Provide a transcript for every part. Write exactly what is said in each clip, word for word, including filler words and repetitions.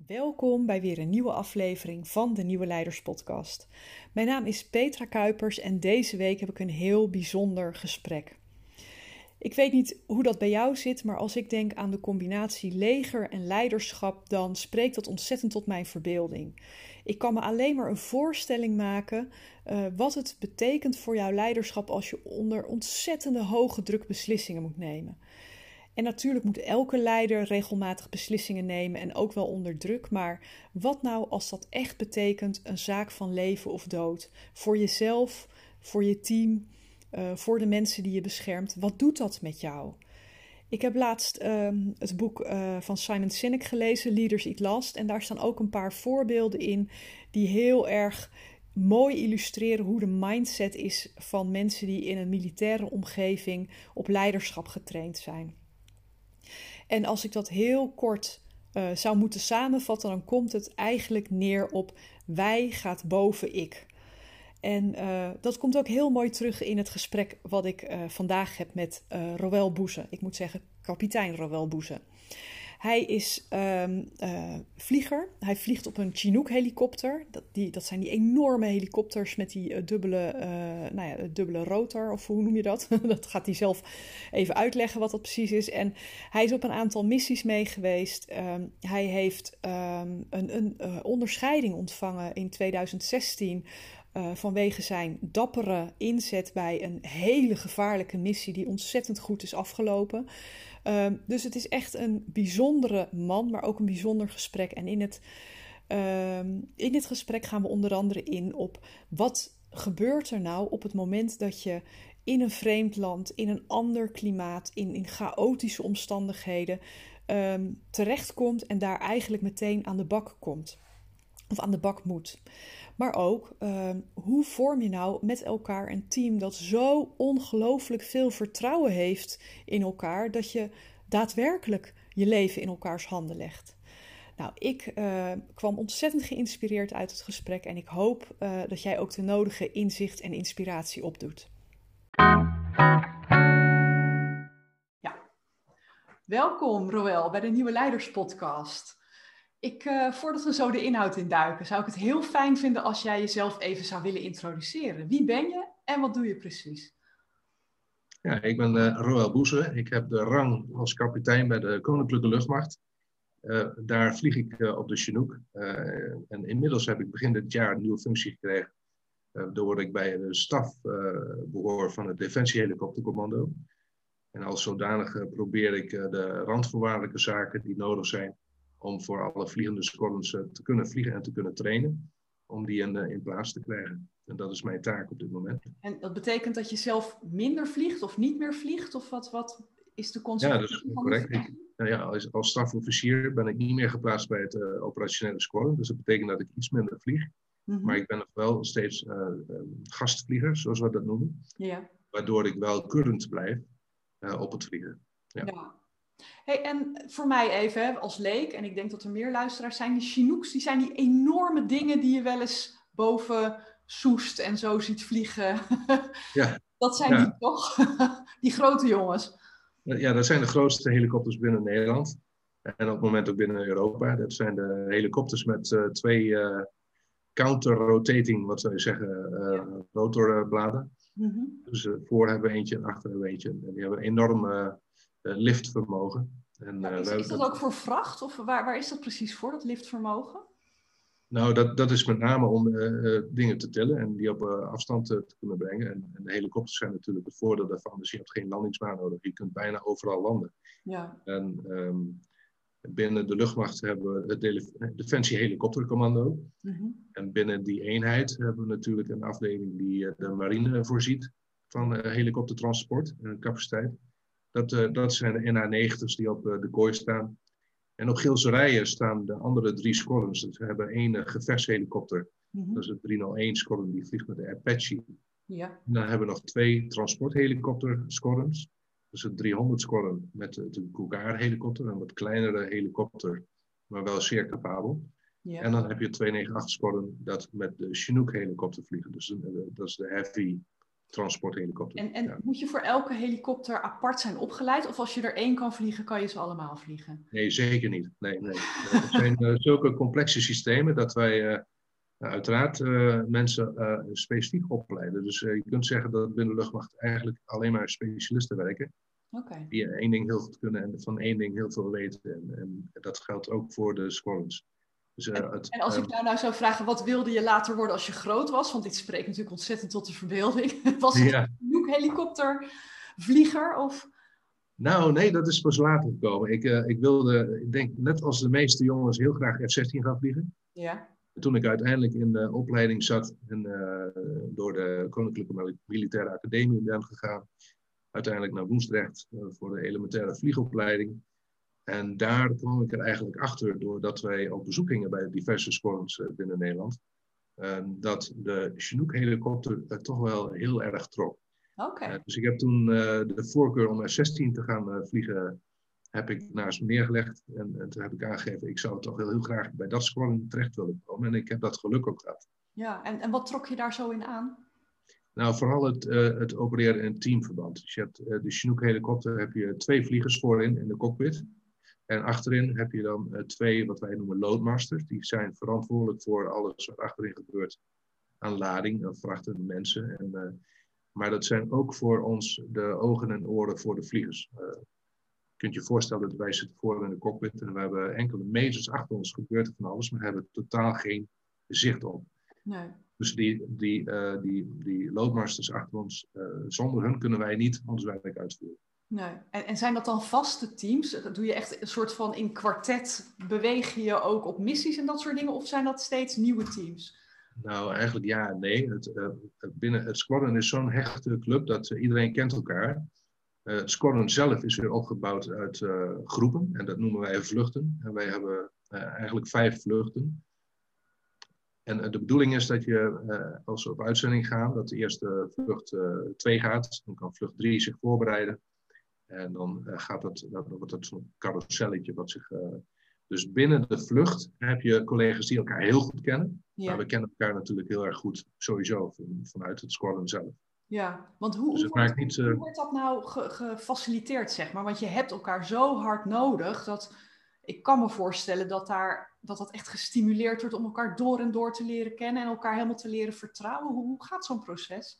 Welkom bij weer een nieuwe aflevering van de Nieuwe Leiders Podcast. Mijn naam is Petra Kuipers en deze week heb ik een heel bijzonder gesprek. Ik weet niet hoe dat bij jou zit, maar als ik denk aan de combinatie leger en leiderschap, dan spreekt dat ontzettend tot mijn verbeelding. Ik kan me alleen maar een voorstelling maken uh, wat het betekent voor jouw leiderschap als je onder ontzettende hoge druk beslissingen moet nemen. En natuurlijk moet elke leider regelmatig beslissingen nemen en ook wel onder druk. Maar wat nou als dat echt betekent een zaak van leven of dood? Voor jezelf, voor je team, uh, voor de mensen die je beschermt. Wat doet dat met jou? Ik heb laatst uh, het boek uh, van Simon Sinek gelezen, Leaders Eat Last. En daar staan ook een paar voorbeelden in die heel erg mooi illustreren hoe de mindset is van mensen die in een militaire omgeving op leiderschap getraind zijn. En als ik dat heel kort uh, zou moeten samenvatten, dan komt het eigenlijk neer op wij gaat boven ik. En uh, dat komt ook heel mooi terug in het gesprek wat ik uh, vandaag heb met uh, Roel Boeze. Ik moet zeggen, kapitein Roel Boeze. Hij is um, uh, vlieger. Hij vliegt op een Chinook helikopter. Dat, die, dat zijn die enorme helikopters met die uh, dubbele, uh, nou ja, dubbele rotor, of hoe noem je dat? Dat gaat hij zelf even uitleggen wat dat precies is. En hij is op een aantal missies mee geweest. Um, hij heeft um, een, een uh, onderscheiding ontvangen in tweeduizend zestien... Uh, vanwege zijn dappere inzet bij een hele gevaarlijke missie die ontzettend goed is afgelopen. Uh, dus het is echt een bijzondere man, maar ook een bijzonder gesprek. En in het, uh, in dit gesprek gaan we onder andere in op wat gebeurt er nou op het moment dat je in een vreemd land, in een ander klimaat, in, in chaotische omstandigheden uh, terechtkomt en daar eigenlijk meteen aan de bak komt. Of aan de bak moet. Maar ook, uh, hoe vorm je nou met elkaar een team dat zo ongelooflijk veel vertrouwen heeft in elkaar, dat je daadwerkelijk je leven in elkaars handen legt. Nou, ik uh, kwam ontzettend geïnspireerd uit het gesprek en ik hoop uh, dat jij ook de nodige inzicht en inspiratie opdoet. Ja, welkom Roel bij de Nieuwe Leiders Podcast. Ik, uh, voordat we zo de inhoud induiken, zou ik het heel fijn vinden als jij jezelf even zou willen introduceren. Wie ben je en wat doe je precies? Ja, ik ben uh, Roel Boeze. Ik heb de rang als kapitein bij de Koninklijke Luchtmacht. Uh, daar vlieg ik uh, op de Chinook. Uh, en inmiddels heb ik begin dit jaar een nieuwe functie gekregen. Uh, doordat ik bij de staf uh, behoor van het Defensie Helikoptercommando. En als zodanig uh, probeer ik uh, de randvoorwaardelijke zaken die nodig zijn om voor alle vliegende squadrons uh, te kunnen vliegen en te kunnen trainen, om die in, uh, in plaats te krijgen. En dat is mijn taak op dit moment. En dat betekent dat je zelf minder vliegt of niet meer vliegt? Of wat, wat is de consequentie? Ja, dat is correct. Ik, nou ja, als, als stafofficier ben ik niet meer geplaatst bij het uh, operationele squadron. Dus dat betekent dat ik iets minder vlieg. Mm-hmm. Maar ik ben nog wel steeds uh, uh, gastvlieger, zoals we dat noemen. Ja. Waardoor ik wel current blijf uh, op het vliegen. Ja. Ja. Hey, en voor mij even, hè, als leek, en ik denk dat er meer luisteraars zijn, die Chinooks, die zijn die enorme dingen die je wel eens boven Soest en zo ziet vliegen. Ja. Dat zijn ja. die toch? Die grote jongens. Ja, dat zijn de grootste helikopters binnen Nederland. En op het moment ook binnen Europa. Dat zijn de helikopters met uh, twee uh, counter-rotating, wat zou je zeggen, uh, ja. rotorbladen. Mm-hmm. Dus uh, voor hebben we eentje en achter hebben we eentje. En die hebben een enorm uh, liftvermogen. En, ja, is, uh, is dat ook voor vracht? Of waar, waar is dat precies voor, dat liftvermogen? Nou, dat, dat is met name om uh, uh, dingen te tillen en die op uh, afstand uh, te kunnen brengen. En, en de helikopters zijn natuurlijk het voordeel daarvan. Dus je hebt geen landingsbaan nodig. Je kunt bijna overal landen. Ja. En um, binnen de luchtmacht hebben we het Dele- Defensie Helikoptercommando. Mm-hmm. En binnen die eenheid hebben we natuurlijk een afdeling die uh, de marine voorziet van uh, helikoptertransport en capaciteit. Dat, uh, dat zijn de N H negentig's die op uh, de kooi staan. En op Geelse Rijen staan de andere drie squadrons. Dus we hebben één uh, gevechtshelikopter. Mm-hmm. Dat is de driehonderdéén squadron, die vliegt met de Apache. Ja. En dan hebben we nog twee transporthelikopter squadrons. Dus het driehonderd squadron met de, de Cougar helikopter. Een wat kleinere helikopter, maar wel zeer capabel. Ja. En dan heb je het tweehonderdnegenenachtig squadron dat met de Chinook helikopter vliegen. Dus uh, dat is de Heavy transporthelikopter. En, en ja. moet je voor elke helikopter apart zijn opgeleid? Of als je er één kan vliegen, kan je ze allemaal vliegen? Nee, zeker niet. Nee, nee. Het zijn uh, zulke complexe systemen dat wij uh, uiteraard uh, mensen uh, specifiek opleiden. Dus uh, je kunt zeggen dat binnen de luchtmacht eigenlijk alleen maar specialisten werken. Okay. Die één ding heel goed kunnen en van één ding heel veel weten. En, en dat geldt ook voor de squadrons. Dus, uh, en, het, en als ik jou nou zou vragen, wat wilde je later worden als je groot was? Want dit spreekt natuurlijk ontzettend tot de verbeelding. Was het ja. een helikoptervlieger? Of... Nou, nee, dat is pas later gekomen. Ik, uh, ik wilde, ik denk net als de meeste jongens, heel graag F zestien gaan vliegen. Ja. Toen ik uiteindelijk in de opleiding zat en uh, door de Koninklijke Militaire Academie ben gegaan, uiteindelijk naar Woensdrecht uh, voor de elementaire vliegopleiding. En daar kwam ik er eigenlijk achter, doordat wij op bezoek gingen bij diverse squadrons uh, binnen Nederland, uh, dat de Chinook-helikopter uh, toch wel heel erg trok. Okay. Uh, dus ik heb toen uh, de voorkeur om F zestien te gaan uh, vliegen, heb ik naast me neergelegd. En, en toen heb ik aangegeven, ik zou toch heel, heel graag bij dat squadron terecht willen komen. En ik heb dat geluk ook gehad. Ja, en, en wat trok je daar zo in aan? Nou, vooral het, uh, het opereren in teamverband. Dus je hebt uh, de Chinook helikopter, heb je twee vliegers voorin in de cockpit. En achterin heb je dan uh, twee, wat wij noemen loadmasters. Die zijn verantwoordelijk voor alles wat achterin gebeurt aan lading, aan vrachten, mensen. En, uh, maar dat zijn ook voor ons de ogen en oren voor de vliegers. Uh, je kunt je voorstellen dat wij zitten voor in de cockpit en we hebben enkele meters achter ons gebeurt er van alles, maar hebben totaal geen zicht op. Nee. Dus die, die, uh, die, die loadmasters achter ons, uh, zonder hun kunnen wij niet ons werk uitvoeren. Nee. En, en zijn dat dan vaste teams? Doe je echt een soort van in kwartet, beweeg je je ook op missies en dat soort dingen? Of zijn dat steeds nieuwe teams? Nou, eigenlijk ja en nee. Het, uh, binnen het squadron is zo'n hechte club dat uh, iedereen kent elkaar. Uh, het squadron zelf is weer opgebouwd uit uh, groepen en dat noemen wij vluchten. En wij hebben uh, eigenlijk vijf vluchten. En uh, de bedoeling is dat je, uh, als we op uitzending gaan, dat de eerste vlucht twee uh, gaat. Dan kan vlucht drie zich voorbereiden. En dan uh, gaat dat, dan wordt dat zo'n carouselletje wat zich... Uh, dus binnen de vlucht heb je collega's die elkaar heel goed kennen. Ja. Maar we kennen elkaar natuurlijk heel erg goed, sowieso, van, vanuit het squadron zelf. Ja, want hoe, dus hoe, wordt, niet, uh... hoe wordt dat nou ge, gefaciliteerd, zeg maar? Want je hebt elkaar zo hard nodig, dat ik kan me voorstellen dat, daar, dat dat echt gestimuleerd wordt om elkaar door en door te leren kennen en elkaar helemaal te leren vertrouwen. Hoe, hoe gaat zo'n proces?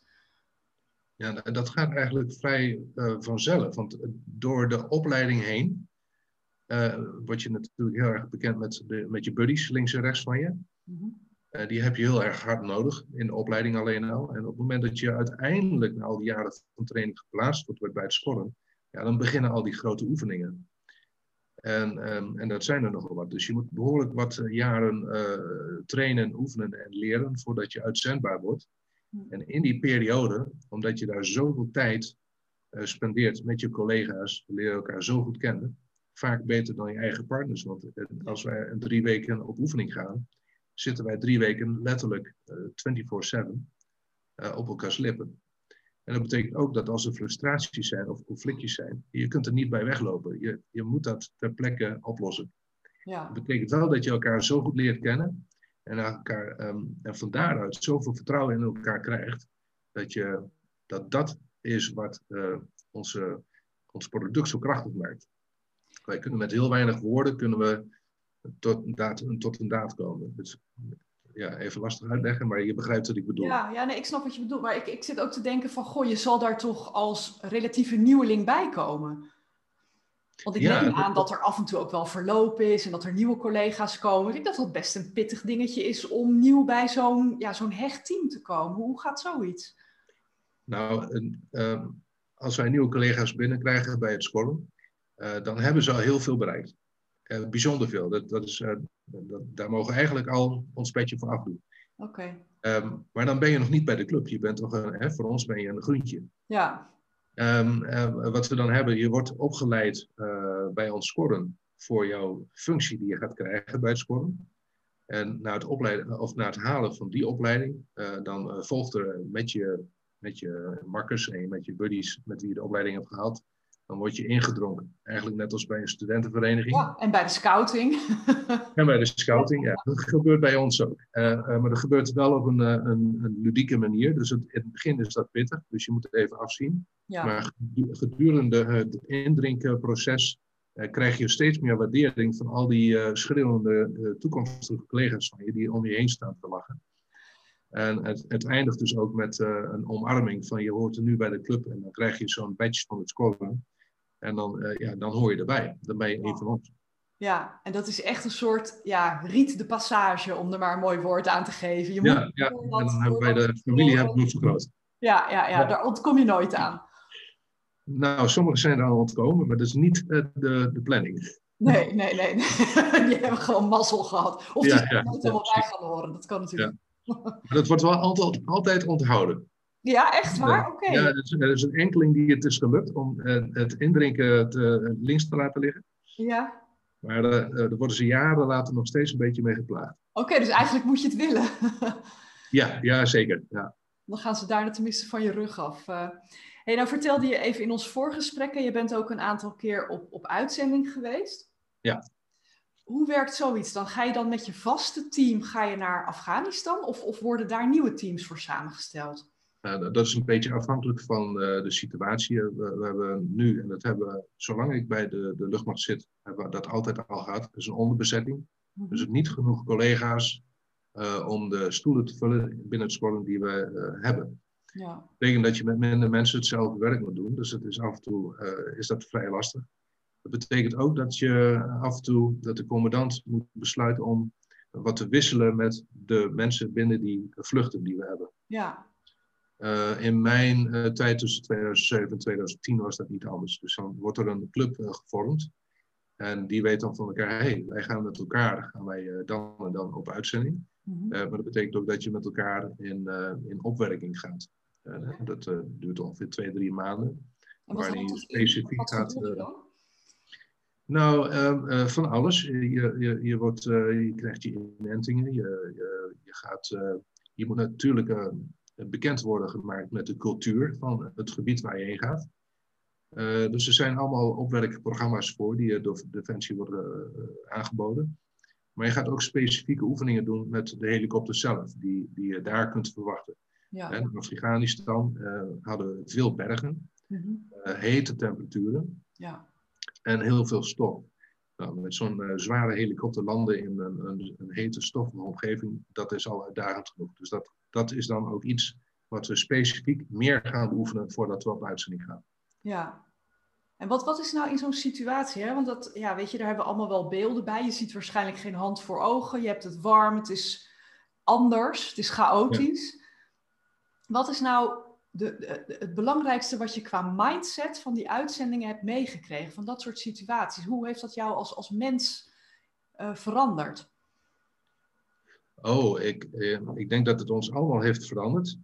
Ja, dat gaat eigenlijk vrij uh, vanzelf, want door de opleiding heen uh, word je natuurlijk heel erg bekend met, de, met je buddies links en rechts van je. Mm-hmm. Uh, die heb je heel erg hard nodig in de opleiding alleen al. En op het moment dat je uiteindelijk na al die jaren van training geplaatst wordt bij het squadron, ja, dan beginnen al die grote oefeningen. En, um, en dat zijn er nogal wat. Dus je moet behoorlijk wat jaren uh, trainen, oefenen en leren voordat je uitzendbaar wordt. En in die periode, omdat je daar zoveel tijd uh, spendeert met je collega's, leer je elkaar zo goed kennen, vaak beter dan je eigen partners. Want uh, als wij drie weken op oefening gaan, zitten wij drie weken letterlijk uh, vierentwintig zeven uh, op elkaars lippen. En dat betekent ook dat als er frustraties zijn of conflictjes zijn, je kunt er niet bij weglopen. Je, je moet dat ter plekke oplossen. Ja. Dat betekent wel dat je elkaar zo goed leert kennen en, elkaar, um, en van daaruit zoveel vertrouwen in elkaar krijgt, dat je, dat, dat is wat uh, onze, ons product zo krachtig maakt. Wij kunnen met heel weinig woorden kunnen we tot een daad, tot een daad komen. Dus, ja, even lastig uitleggen, maar je begrijpt wat ik bedoel. Ja, ja nee, ik snap wat je bedoelt. Maar ik, ik zit ook te denken van, goh, je zal daar toch als relatieve nieuweling bij komen. Want ik ja, neem aan dat er af en toe ook wel verloop is en dat er nieuwe collega's komen. Ik denk dat dat best een pittig dingetje is om nieuw bij zo'n ja, zo'n hecht team te komen. Hoe gaat zoiets? Nou, een, um, als wij nieuwe collega's binnenkrijgen bij het squadron, uh, dan hebben ze al heel veel bereikt. Uh, bijzonder veel. Dat, dat is, uh, dat, daar mogen we eigenlijk al ons petje van afdoen. Oké. Okay. Um, maar dan ben je nog niet bij de club. Je bent toch een, hè, voor ons ben je een groentje. Ja. Um, uh, wat we dan hebben, je wordt opgeleid uh, bij ons squadron voor jouw functie die je gaat krijgen bij het squadron. En na het, opleiden, of na het halen van die opleiding, uh, dan uh, volgt er met je, met je makkers en met je buddies met wie je de opleiding hebt gehaald, Dan word je ingedrongen. Eigenlijk net als bij een studentenvereniging. Ja, en bij de scouting. En bij de scouting, ja. Dat gebeurt bij ons ook. Uh, uh, maar dat gebeurt wel op een, uh, een, een ludieke manier. Dus het, in het begin is dat pittig. Dus je moet het even afzien. Ja. Maar gedurende het indrinkenproces uh, krijg je steeds meer waardering van al die uh, schreeuwende uh, toekomstige collega's van je die om je heen staan te lachen. En het, het eindigt dus ook met uh, een omarming van je hoort er nu bij de club. En dan krijg je zo'n badge van het scoren. En dan, uh, ja, dan hoor je erbij. Dan ben je een van ons. Ja, en dat is echt een soort ja, riet de passage, om er maar een mooi woord aan te geven. Je ja, moet ja. en dan hebben wij de familie hebben we vergroot. Ja, ja, ja, daar ontkom je nooit aan. Nou, sommigen zijn er aan ontkomen, maar dat is niet uh, de, de planning. Nee, nee, nee, nee. Die hebben gewoon mazzel gehad. Of die ja, zijn ja, er nooit ja, helemaal bij gaan horen. Dat kan natuurlijk. Ja. Maar dat wordt wel altijd, altijd onthouden. Ja, echt waar? Oké. Okay. Ja, er is, er is een enkeling die het is gelukt om uh, het indrinken te, links te laten liggen. Ja. Maar uh, daar worden ze jaren later nog steeds een beetje mee geplaagd. Oké, okay, dus eigenlijk moet je het willen. ja, ja, zeker. Ja. Dan gaan ze daarna tenminste van je rug af. Uh, hey, nou vertelde je even in ons voorgesprekken, je bent ook een aantal keer op, op uitzending geweest. Ja. Hoe werkt zoiets dan? Ga je dan met je vaste team ga je naar Afghanistan of, of worden daar nieuwe teams voor samengesteld? Uh, dat is een beetje afhankelijk van uh, de situatie. We, we hebben nu, en dat hebben we, zolang ik bij de, de luchtmacht zit, hebben we dat altijd al gehad. Dat is een onderbezetting. Mm-hmm. Dus niet genoeg collega's uh, om de stoelen te vullen binnen het squadron die we uh, hebben. Ja. Dat betekent dat je met minder mensen hetzelfde werk moet doen. Dus het is af en toe uh, is dat vrij lastig. Dat betekent ook dat je af en toe, dat de commandant moet besluiten om wat te wisselen met de mensen binnen die vluchten die we hebben. Ja. Uh, in mijn uh, tijd tussen tweeduizend zeven en tweeduizend tien was dat niet anders. Dus dan wordt er een club uh, gevormd. En die weet dan van elkaar, hé, hey, wij gaan met elkaar, gaan wij uh, dan en dan op uitzending. Mm-hmm. Uh, maar dat betekent ook dat je met elkaar in, uh, in opwerking gaat. Uh, dat uh, duurt ongeveer twee, drie maanden. En wat waarin je specifiek wat gaat... Uh, nou, uh, uh, van alles. Je, je, je, wordt, uh, je krijgt je inentingen. Je, je, je, gaat, uh, je moet natuurlijk... Uh, bekend worden gemaakt met de cultuur van het gebied waar je heen gaat. Uh, dus er zijn allemaal opwerkprogramma's voor die door Defensie worden uh, aangeboden. Maar je gaat ook specifieke oefeningen doen met de helikopter zelf, die, die je daar kunt verwachten. Ja. En in Afghanistan uh, hadden we veel bergen, mm-hmm. uh, hete temperaturen ja. en heel veel stof. Nou, met zo'n uh, zware helikopter landen in een, een, een hete stoffige omgeving, dat is al uitdagend genoeg. Dus dat Dat is dan ook iets wat we specifiek meer gaan beoefenen voordat we op uitzending gaan. Ja. En wat, wat is nou in zo'n situatie? Hè? Want dat, ja, weet je, daar hebben we allemaal wel beelden bij. Je ziet waarschijnlijk geen hand voor ogen. Je hebt het warm, het is anders, het is chaotisch. Ja. Wat is nou de, de, het belangrijkste wat je qua mindset van die uitzendingen hebt meegekregen? Van dat soort situaties. Hoe heeft dat jou als, als mens uh, veranderd? Oh, ik, eh, ik denk dat het ons allemaal heeft veranderd.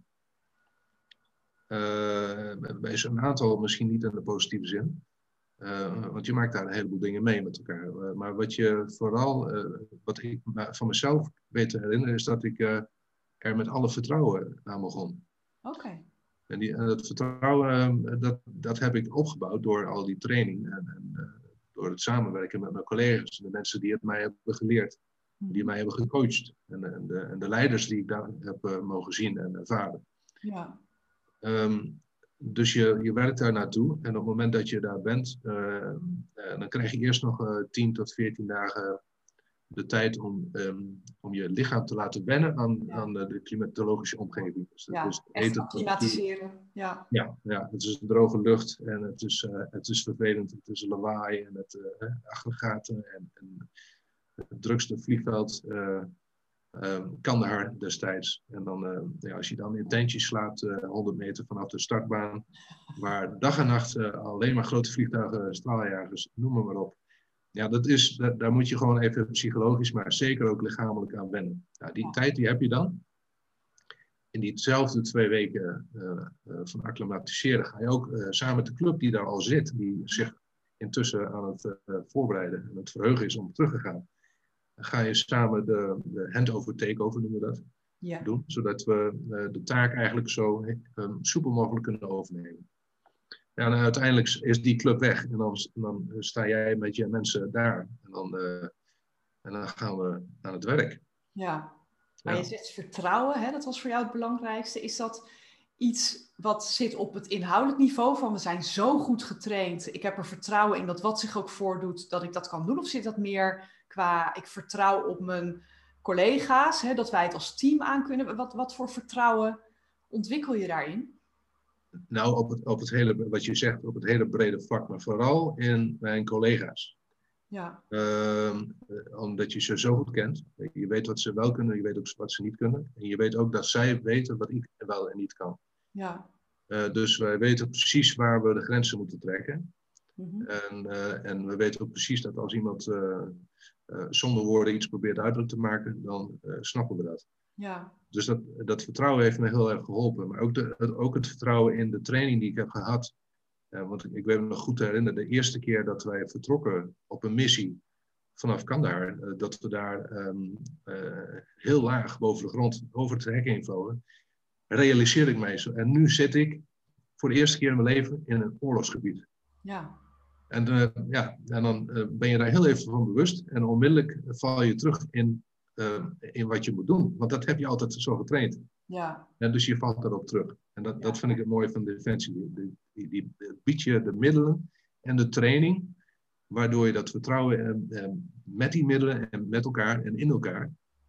Uh, bij zo'n aantal misschien niet in de positieve zin. Uh, want je maakt daar een heleboel dingen mee met elkaar. Uh, maar wat je vooral, uh, wat ik van mezelf weet te herinneren, is dat ik uh, er met alle vertrouwen aan begon. Oké. Okay. En, die, en dat vertrouwen, uh, dat, dat heb ik opgebouwd door al die training en, en uh, door het samenwerken met mijn collega's en de mensen die het mij hebben geleerd. Die mij hebben gecoacht. En, en, de, en de leiders die ik daar heb uh, mogen zien en ervaren. Ja. Um, dus je, je werkt daar naartoe. En op het moment dat je daar bent, uh, uh, dan krijg je eerst nog uh, tien tot veertien dagen de tijd om, um, om je lichaam te laten wennen aan, ja. aan de, de klimatologische omgeving. Dus ja, is echt acclimatiseren. Ja. Ja, ja, het is droge lucht en het is, uh, het is vervelend. Het is lawaai en het uh, aggregaten en... en het drukste vliegveld, uh, uh, Kandahar destijds. En dan, uh, ja, als je dan in tentjes slaapt, uh, honderd meter vanaf de startbaan, waar dag en nacht uh, alleen maar grote vliegtuigen, straaljagers, noem maar, maar op. Ja, dat is, dat, daar moet je gewoon even psychologisch, maar zeker ook lichamelijk aan wennen. Nou, die ja. tijd die heb je dan. In diezelfde twee weken uh, uh, van acclimatiseren ga je ook uh, samen met de club die daar al zit, die zich intussen aan het uh, voorbereiden en het verheugen is om terug te gaan. Ga je samen de, de handover takeover noemen we dat, ja. doen. Zodat we uh, de taak eigenlijk zo um, soepel mogelijk kunnen overnemen. Ja, en uiteindelijk is die club weg. En dan, dan sta jij met je mensen daar. En dan, uh, en dan gaan we aan het werk. Ja, maar ja. Je zegt vertrouwen, hè? Dat was voor jou het belangrijkste. Is dat iets wat zit op het inhoudelijk niveau van we zijn zo goed getraind. Ik heb er vertrouwen in dat wat zich ook voordoet, dat ik dat kan doen. Of zit dat meer qua ik vertrouw op mijn collega's, hè, dat wij het als team aan kunnen. Wat, wat voor vertrouwen ontwikkel je daarin? Nou, op het, op het hele, wat je zegt, op het hele brede vlak, maar vooral in mijn collega's. Ja. Uh, omdat je ze zo goed kent. Je weet wat ze wel kunnen, je weet ook wat ze niet kunnen. En je weet ook dat zij weten wat ik wel en niet kan. Ja. Uh, dus wij weten precies waar we de grenzen moeten trekken. Mm-hmm. En, uh, en we weten ook precies dat als iemand uh, uh, zonder woorden iets probeert uit te maken, dan uh, snappen we dat. Ja. Dus dat, dat vertrouwen heeft me heel erg geholpen. Maar ook, de, het, ook het vertrouwen in de training die ik heb gehad. Uh, want ik, ik weet me nog goed te herinneren, de eerste keer dat wij vertrokken op een missie vanaf Kandahar, uh, dat we daar um, uh, heel laag boven de grond over het hek heen vlogen, realiseerde ik mij zo. En nu zit ik voor de eerste keer in mijn leven in een oorlogsgebied. Ja. En, uh, ja, en dan uh, ben je daar heel even van bewust en onmiddellijk val je terug in, uh, in wat je moet doen. Want dat heb je altijd zo getraind. Ja. En dus je valt daarop terug. En dat, Ja. dat vind ik het mooie van Defensie. Die, die, die, die biedt je de middelen en de training, waardoor je dat vertrouwen uh, uh, met die middelen en met elkaar en in elkaar,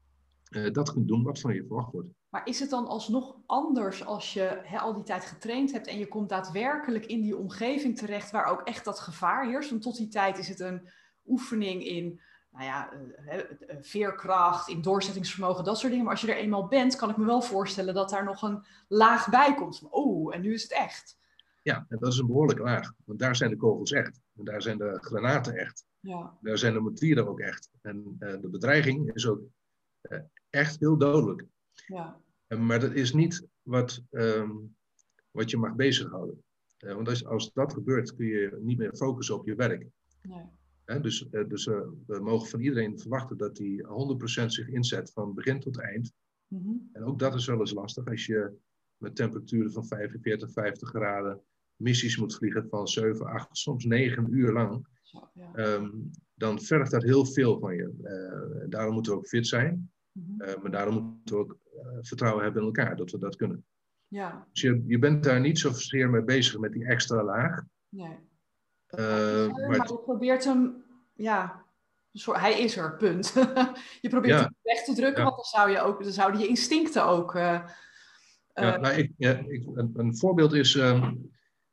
uh, dat kunt doen wat van je verwacht wordt. Maar is het dan alsnog anders als je he, al die tijd getraind hebt en je komt daadwerkelijk in die omgeving terecht waar ook echt dat gevaar heerst? Want tot die tijd is het een oefening in nou ja, uh, uh, veerkracht, in doorzettingsvermogen, dat soort dingen. Maar als je er eenmaal bent, kan ik me wel voorstellen dat daar nog een laag bij komt. Van, oh, en nu is het echt. Ja, en dat is een behoorlijke laag. Want daar zijn de kogels echt. En daar zijn de granaten echt. Ja. Daar zijn de mortieren ook echt. En uh, de bedreiging is ook uh, echt heel dodelijk. Ja. Maar dat is niet wat, um, wat je mag bezighouden. Uh, want als, als dat gebeurt, kun je niet meer focussen op je werk. Nee. Uh, dus uh, dus uh, we mogen van iedereen verwachten dat hij honderd procent zich inzet van begin tot eind. Mm-hmm. En ook dat is wel eens lastig als je met temperaturen van vijfenveertig, vijftig graden missies moet vliegen van zeven, acht, soms negen uur lang. Zo, ja. um, dan vergt dat heel veel van je. Uh, daarom moeten we ook fit zijn. Mm-hmm. Uh, maar daarom moeten we ook uh, vertrouwen hebben in elkaar, dat we dat kunnen. Ja. Dus je, je bent daar niet zozeer mee bezig met die extra laag. Nee. Uh, er, maar, maar je probeert hem, ja, soort, hij is er, punt. Je probeert ja, hem weg te drukken, ja. want dan, zou je ook, dan zouden je instincten ook... Uh, ja, uh, nou, ik, ja, ik, een, een voorbeeld is... Um,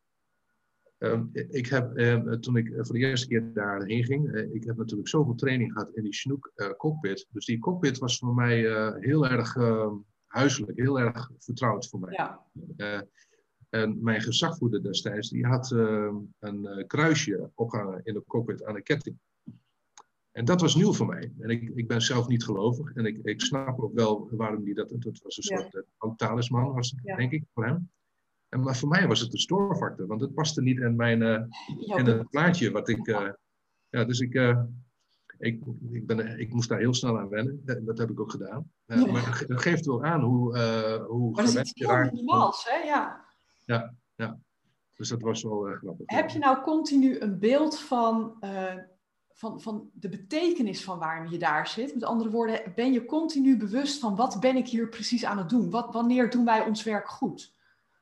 um, ik heb, uh, toen ik voor de eerste keer daarheen ging, uh, ik heb natuurlijk zoveel training gehad in die Chinook uh, cockpit. Dus die cockpit was voor mij uh, heel erg uh, huiselijk, heel erg vertrouwd voor mij. Ja. Uh, en mijn gezagvoerder destijds, die had uh, een uh, kruisje opgehangen in de cockpit aan de ketting. En dat was nieuw voor mij. En ik, ik ben zelf niet gelovig. En ik, ik snap ook wel waarom die dat... Dat was een soort ja. uh, talisman, was het, ja. denk ik, voor hem. En, maar voor mij was het een stoorfactor. Want het paste niet in, mijn, uh, in het plaatje wat ik... Uh, ja, dus ik, uh, ik, ik, ben, ik moest daar heel snel aan wennen. Dat, dat heb ik ook gedaan. Uh, ja. Maar dat geeft wel aan hoe, uh, hoe maar gewend je raakt. Minimaals, hè? Ja. Ja, ja. Dus dat was wel uh, grappig. Heb je nou continu een beeld van... Uh, Van, van de betekenis van waarom je daar zit? Met andere woorden, ben je continu bewust van wat ben ik hier precies aan het doen? Wat, wanneer doen wij ons werk goed?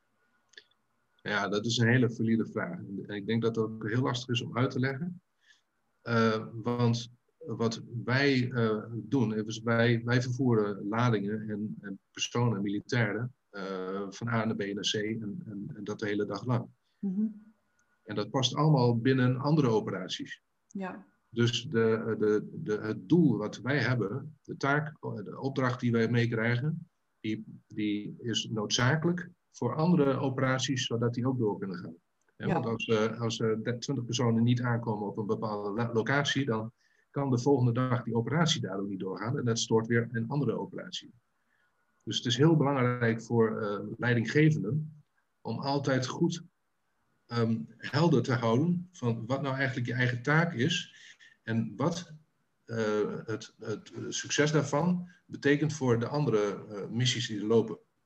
Ja, dat is een hele valide vraag. En ik denk dat dat ook heel lastig is om uit te leggen. Uh, want wat wij uh, doen, is wij, wij vervoeren ladingen en, en personen en militairen uh, van A naar B naar C en, en, en dat de hele dag lang. Mm-hmm. En dat past allemaal binnen andere operaties. Ja. Dus de, de, de, het doel wat wij hebben, de taak, de opdracht die wij meekrijgen, die, die is noodzakelijk voor andere operaties, zodat die ook door kunnen gaan. Ja, ja. Want als, uh, als uh, twintig personen niet aankomen op een bepaalde locatie, dan kan de volgende dag die operatie daardoor niet doorgaan en dat stoort weer een andere operatie. Dus het is heel belangrijk voor uh, leidinggevenden om altijd goed um, helder te houden van wat nou eigenlijk je eigen taak is. En wat uh, het, het succes daarvan betekent voor de andere uh, missies die er lopen.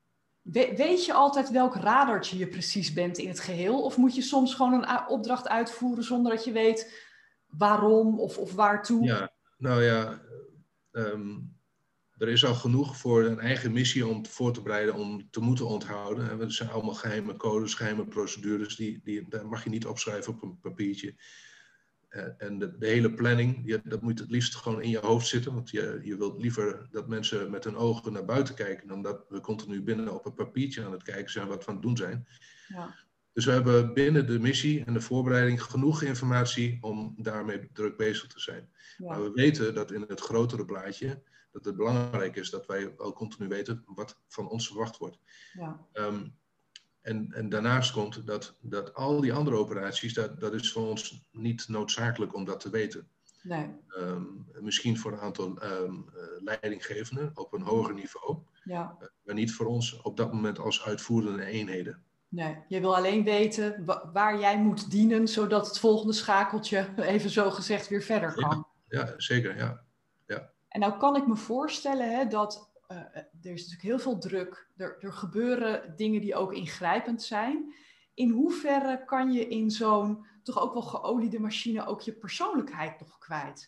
We, weet je altijd welk radartje je precies bent in het geheel? Of moet je soms gewoon een opdracht uitvoeren zonder dat je weet waarom of, of waartoe? Ja, nou ja, um, er is al genoeg voor een eigen missie om voor te bereiden, om te moeten onthouden. Er zijn allemaal geheime codes, geheime procedures, die, die, daar mag je niet opschrijven op een papiertje. Uh, en de, de hele planning, je, dat moet het liefst gewoon in je hoofd zitten. Want je, je wilt liever dat mensen met hun ogen naar buiten kijken, dan dat we continu binnen op een papiertje aan het kijken zijn wat we aan het doen zijn. Ja. Dus we hebben binnen de missie en de voorbereiding genoeg informatie om daarmee druk bezig te zijn. Ja. Maar we weten dat in het grotere plaatje, dat het belangrijk is dat wij wel continu weten wat van ons verwacht wordt. Ja. Um, en, en daarnaast komt dat, dat al die andere operaties, dat, dat is voor ons niet noodzakelijk om dat te weten. Nee. Um, misschien voor een aantal um, leidinggevenden op een hoger niveau, ja. uh, maar niet voor ons op dat moment als uitvoerende eenheden. Nee, je wil alleen weten waar jij moet dienen, zodat het volgende schakeltje, even zo gezegd, weer verder kan. Ja, ja zeker, ja. ja. En nou kan ik me voorstellen hè, dat uh, er is natuurlijk heel veel druk, er, er gebeuren dingen die ook ingrijpend zijn. In hoeverre kan je in zo'n toch ook wel geoliede machine ook je persoonlijkheid nog kwijt?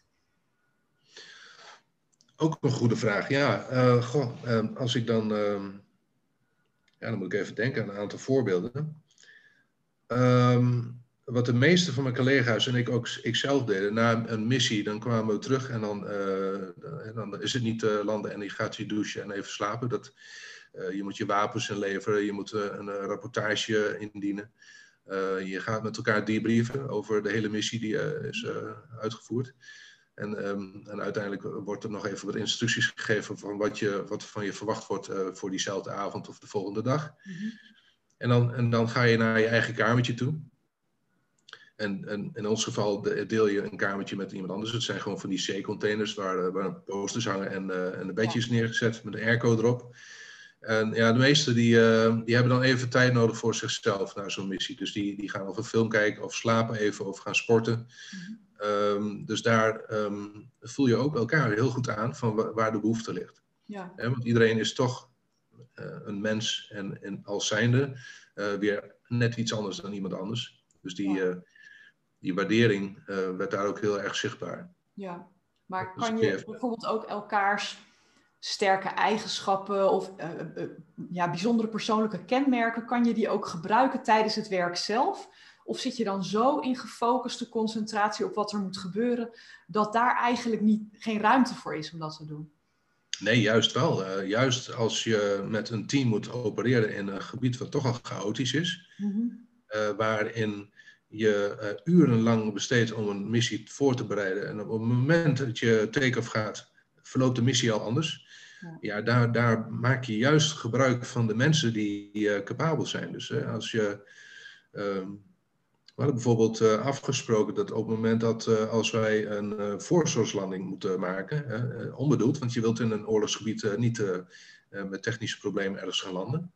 Ook een goede vraag, ja. Uh, goh, uh, als ik dan... Uh... Ja, dan moet ik even denken aan een aantal voorbeelden. Um, wat de meeste van mijn collega's en ik ook ikzelf deden, na een missie, dan kwamen we terug en dan, uh, dan is het niet uh, landen en je gaat je douchen en even slapen. Dat, uh, je moet je wapens inleveren, je moet uh, een uh, rapportage indienen. Uh, je gaat met elkaar debriefen over de hele missie die uh, is uh, uitgevoerd. En, um, en uiteindelijk wordt er nog even wat instructies gegeven van wat, je, wat van je verwacht wordt uh, voor diezelfde avond of de volgende dag. Mm-hmm. En, dan, en dan ga je naar je eigen kamertje toe. En, en in ons geval deel je een kamertje met iemand anders. Het zijn gewoon van die C-containers waar, waar posters hangen en, uh, en de bedjes ja. neergezet met een airco erop. En ja, de meesten die, uh, die hebben dan even tijd nodig voor zichzelf na zo'n missie. Dus die, die gaan of een film kijken of slapen even of gaan sporten. Mm-hmm. Um, dus daar um, voel je ook elkaar heel goed aan van wa- waar de behoefte ligt. Ja. He, want iedereen is toch uh, een mens en, en als zijnde uh, weer net iets anders dan iemand anders. Dus die, ja. uh, die waardering uh, werd daar ook heel erg zichtbaar. Ja, maar dus kan je even... bijvoorbeeld ook elkaars sterke eigenschappen of uh, uh, ja, bijzondere persoonlijke kenmerken, kan je die ook gebruiken tijdens het werk zelf? Of zit je dan zo in gefocuste concentratie op wat er moet gebeuren, dat daar eigenlijk niet, geen ruimte voor is om dat te doen? Nee, juist wel. Uh, juist als je met een team moet opereren in een gebied wat toch al chaotisch is, mm-hmm. uh, waarin je uh, urenlang besteedt om een missie voor te bereiden. En op het moment dat je take-off gaat, verloopt de missie al anders. Ja, ja daar, daar maak je juist gebruik van de mensen die uh, capabel zijn. Dus uh, als je... Uh, We hadden bijvoorbeeld uh, afgesproken dat op het moment dat uh, als wij een uh, voorzorgslanding moeten maken, uh, onbedoeld, want je wilt in een oorlogsgebied uh, niet uh, uh, met technische problemen ergens gaan landen.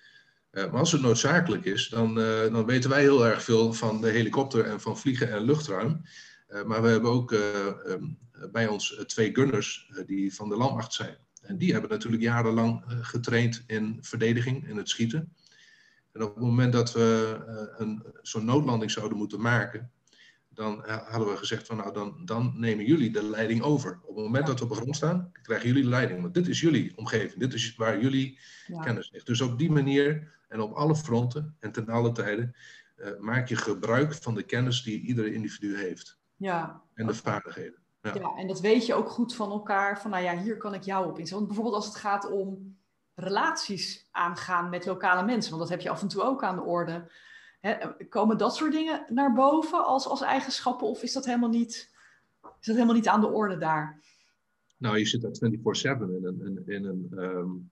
Uh, maar als het noodzakelijk is, dan, uh, dan weten wij heel erg veel van de helikopter en van vliegen en luchtruim. Uh, maar we hebben ook uh, um, bij ons uh, twee gunners uh, die van de landmacht zijn. En die hebben natuurlijk jarenlang uh, getraind in verdediging, in het schieten. En op het moment dat we uh, een, zo'n noodlanding zouden moeten maken, dan uh, hadden we gezegd van nou, dan, dan nemen jullie de leiding over. Op het moment ja. dat we op de grond staan, krijgen jullie de leiding. Want dit is jullie omgeving, dit is waar jullie ja. kennis ligt. Dus op die manier en op alle fronten en ten alle tijden uh, maak je gebruik van de kennis die ieder individu heeft. Ja. En de vaardigheden. Ja. ja, en dat weet je ook goed van elkaar, van nou ja, hier kan ik jou op inzetten. Want bijvoorbeeld als het gaat om relaties aangaan met lokale mensen, want dat heb je af en toe ook aan de orde. He, komen dat soort dingen naar boven als, als eigenschappen of is dat helemaal niet, is dat helemaal niet aan de orde daar? Nou, je zit daar vierentwintig zeven in een, in een um,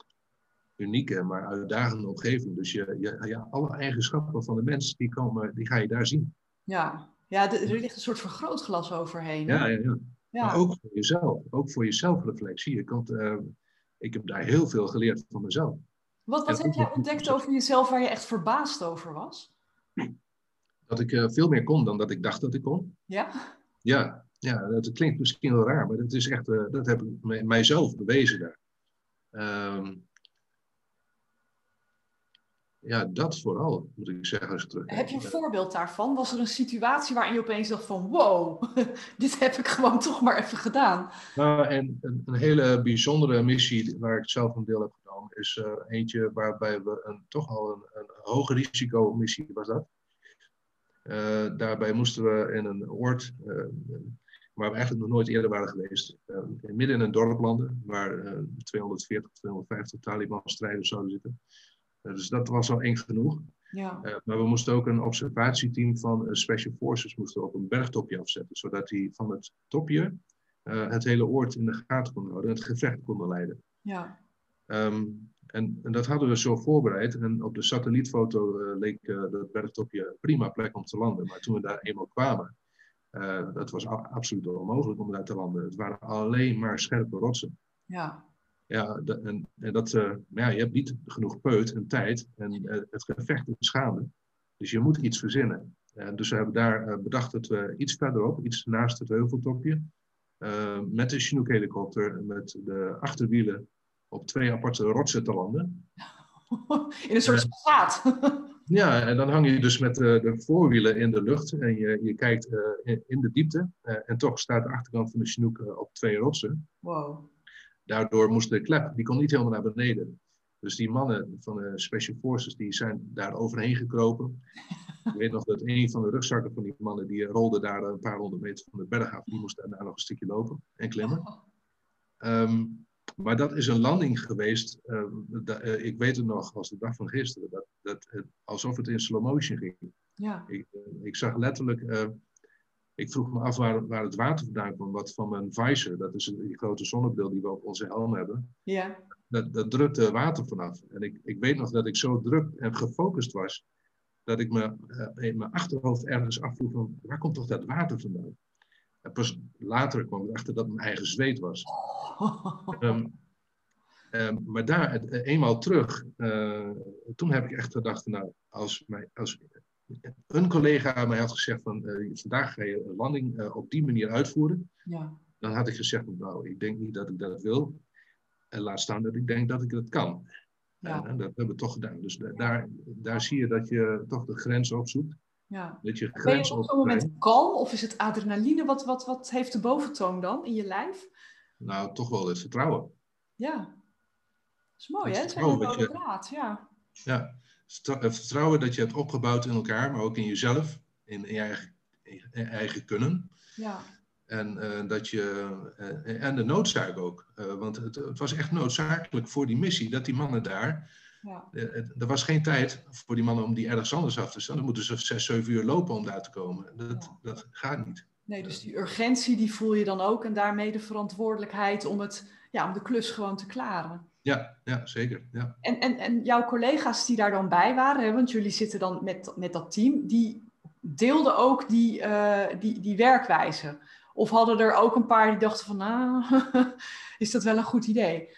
unieke, maar uitdagende omgeving. Dus je, je, ja, alle eigenschappen van de mens, die, komen, die ga je daar zien. Ja, ja de, er ligt een soort vergrootglas overheen. Ja, ja, ja. ja. Maar ook voor jezelf. Ook voor je zelfreflectie. Je kunt... Uh, Ik heb daar heel veel geleerd van mezelf. Wat, wat heb jij ontdekt over jezelf waar je echt verbaasd over was? Dat ik uh, veel meer kon dan dat ik dacht dat ik kon. Ja? Ja, ja dat klinkt misschien wel raar, maar dat, is echt, uh, dat heb ik m- mijzelf bewezen daar. Um, ja, dat vooral, moet ik zeggen, als ik terugkijk. Heb je een voorbeeld daarvan? Was er een situatie waarin je opeens dacht van wow, dit heb ik gewoon toch maar even gedaan? Nou, en een, een hele bijzondere missie waar ik zelf een deel heb genomen, is uh, eentje waarbij we een, toch al een, een hoge risicomissie was dat. Uh, daarbij moesten we in een oord uh, waar we eigenlijk nog nooit eerder waren geweest, uh, midden in een dorp landen, waar uh, tweehonderdveertig, tweehonderdvijftig Taliban-strijders zouden zitten. Uh, dus dat was al eng genoeg. Ja. Uh, maar we moesten ook een observatieteam van uh, Special Forces moesten op een bergtopje afzetten, zodat die van het topje uh, het hele oord in de gaten konden houden en het gevecht konden leiden. Ja. Um, en, en dat hadden we zo voorbereid. En op de satellietfoto uh, leek uh, dat bergtopje een prima plek om te landen. Maar toen we daar eenmaal kwamen, uh, dat was a- absoluut onmogelijk om daar te landen. Het waren alleen maar scherpe rotsen. Ja. Ja, de, en, en dat, uh, maar ja, je hebt niet genoeg peut en tijd. En uh, het gevecht is gaande. Dus je moet iets verzinnen. Uh, dus we hebben daar uh, bedacht dat we iets verderop, iets naast het heuveltopje, uh, met de Chinook-helikopter, met de achterwielen op twee aparte rotsen te landen. In een soort spagaat. Ja, en dan hang je dus met de, de voorwielen in de lucht en je, je kijkt uh, in, in de diepte. Uh, en toch staat de achterkant van de Chinook uh, op twee rotsen. Wow. Daardoor moest de klep, die kon niet helemaal naar beneden. Dus die mannen van de Special Forces, die zijn daar overheen gekropen. Ik weet nog dat een van de rugzakken van die mannen, die rolde daar een paar honderd meter van de berg af. Die moest daarna nog een stukje lopen en klimmen. Um, Maar dat is een landing geweest, uh, da, uh, ik weet het nog als de dag van gisteren, dat, dat het, alsof het in slow motion ging. Ja. Ik, uh, ik zag letterlijk, uh, ik vroeg me af waar, waar het water vandaan kwam, wat van mijn visor, dat is die grote zonnebril die we op onze helm hebben, Ja. dat, dat drukte water vanaf. En ik, ik weet nog dat ik zo druk en gefocust was, dat ik me uh, in mijn achterhoofd ergens afvroeg van, waar komt toch dat water vandaan? En pas later kwam ik achter dat het mijn eigen zweet was. Um, um, maar daar, eenmaal terug, uh, toen heb ik echt gedacht, nou, als, mij, als een collega mij had gezegd van, uh, vandaag ga je een landing uh, op die manier uitvoeren, Ja. dan had ik gezegd, nou, ik denk niet dat ik dat wil. En laat staan dat ik denk dat ik dat kan. Ja. Uh, en dat hebben we toch gedaan. Dus da- daar, daar zie je dat je toch de grens opzoekt. Ja. Dat je Ben grens je op op zo'n moment kalm of is het adrenaline? Wat, wat, wat heeft de boventoon dan in je lijf? Nou, toch wel het vertrouwen. Ja, dat is mooi Het hè? Het is vertrouwen een dat rode je- draad, ja. Ja, het vertrouwen dat je hebt opgebouwd in elkaar, maar ook in jezelf, in, in je eigen, in je eigen kunnen. Ja, En, uh, dat je, uh, en de noodzaak ook. Uh, want het, het was echt noodzakelijk voor die missie dat die mannen daar. ja. Uh, het, er was geen tijd voor die mannen om die ergens anders af te staan. Dan moeten ze zes, zeven uur lopen om daar te komen. Dat, Ja. dat gaat niet. Nee, dus die urgentie die voel je dan ook en daarmee de verantwoordelijkheid om, het, ja, om de klus gewoon te klaren. Ja, ja zeker. Ja. En, en, en jouw collega's die daar dan bij waren, hè, want jullie zitten dan met, met dat team, die deelden ook die, uh, die, die werkwijze? Of hadden er ook een paar die dachten van, nou, is dat wel een goed idee?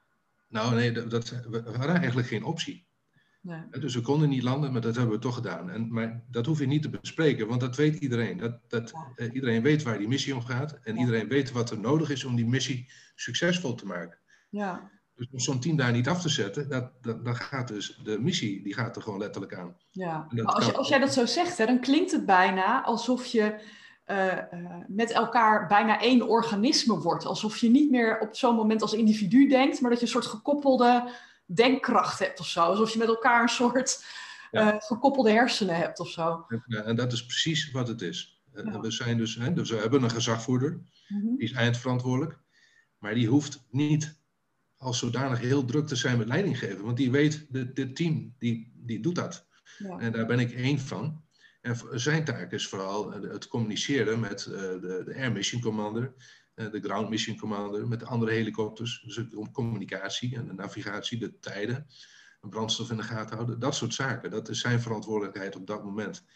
Nou nee, dat, dat, we hadden eigenlijk geen optie. Nee. Dus we konden niet landen, maar dat hebben we toch gedaan. En, maar dat hoef je niet te bespreken, want dat weet iedereen. Dat, dat, Ja. uh, iedereen weet waar die missie om gaat. En Ja. iedereen weet wat er nodig is om die missie succesvol te maken. Ja. Dus om zo'n team daar niet af te zetten, dat, dat, dan gaat dus de missie, die gaat er gewoon letterlijk aan. Ja. En dat Maar als, je, kan- als jij dat zo zegt, hè, dan klinkt het bijna alsof je uh, uh, met elkaar bijna één organisme wordt. Alsof je niet meer op zo'n moment als individu denkt, maar dat je een soort gekoppelde denkkracht hebt of zo. Alsof je met elkaar een soort Ja. uh, gekoppelde hersenen hebt of zo. En, uh, en dat is precies wat het is. Uh, Ja. we, zijn dus, hè, dus we hebben een gezagvoerder, Mm-hmm. die is eindverantwoordelijk. Maar die hoeft niet als zodanig heel druk te zijn met leidinggeven. Want die weet, dit, dit team, die, die doet dat. Ja. En daar ben ik één van. En zijn taak is vooral het communiceren met uh, de, de Air Mission Commander, uh, de Ground Mission Commander, met de andere helikopters. Dus om communicatie en de navigatie, de tijden, de brandstof in de gaten houden. Dat soort zaken. Dat is zijn verantwoordelijkheid op dat moment.